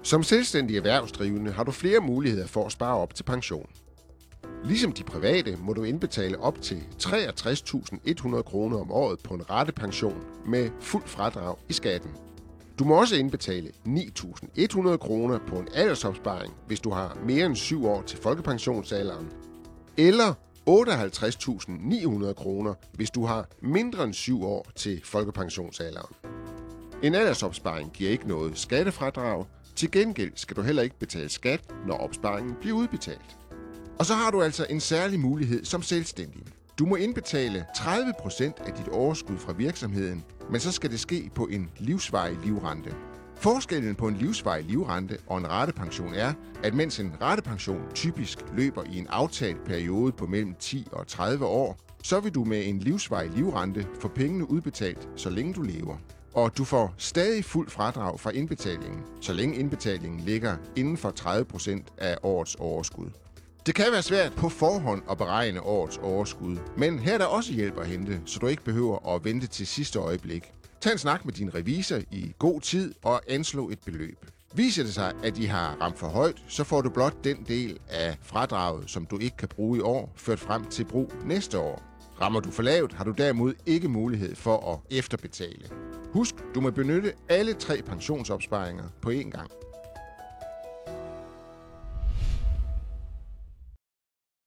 Som selvstændig erhvervsdrivende har du flere muligheder for at spare op til pension. Ligesom de private må du indbetale op til 63.100 kroner om året på en ratepension med fuld fradrag i skatten. Du må også indbetale 9.100 kroner på en aldersopsparing, hvis du har mere end 7 år til folkepensionsalderen, eller 58.900 kroner, hvis du har mindre end 7 år til folkepensionsalderen. En aldersopsparing giver ikke noget skattefradrag. Til gengæld skal du heller ikke betale skat, når opsparingen bliver udbetalt. Og så har du altså en særlig mulighed som selvstændig. Du må indbetale 30% af dit overskud fra virksomheden, men så skal det ske på en livsvarig livrente. Forskellen på en livsvarig livrente og en ratepension er, at mens en ratepension typisk løber i en aftalt periode på mellem 10 og 30 år, så vil du med en livsvarig livrente få pengene udbetalt, så længe du lever. Og du får stadig fuld fradrag fra indbetalingen, så længe indbetalingen ligger inden for 30% af årets overskud. Det kan være svært på forhånd at beregne årets overskud, men her er der også hjælp at hente, så du ikke behøver at vente til sidste øjeblik. Tag en snak med din revisor i god tid og anslå et beløb. Viser det sig, at de har ramt for højt, så får du blot den del af fradraget, som du ikke kan bruge i år, ført frem til brug næste år. Rammer du for lavt, har du derimod ikke mulighed for at efterbetale. Husk, du må benytte alle 3 pensionsopsparinger på én gang.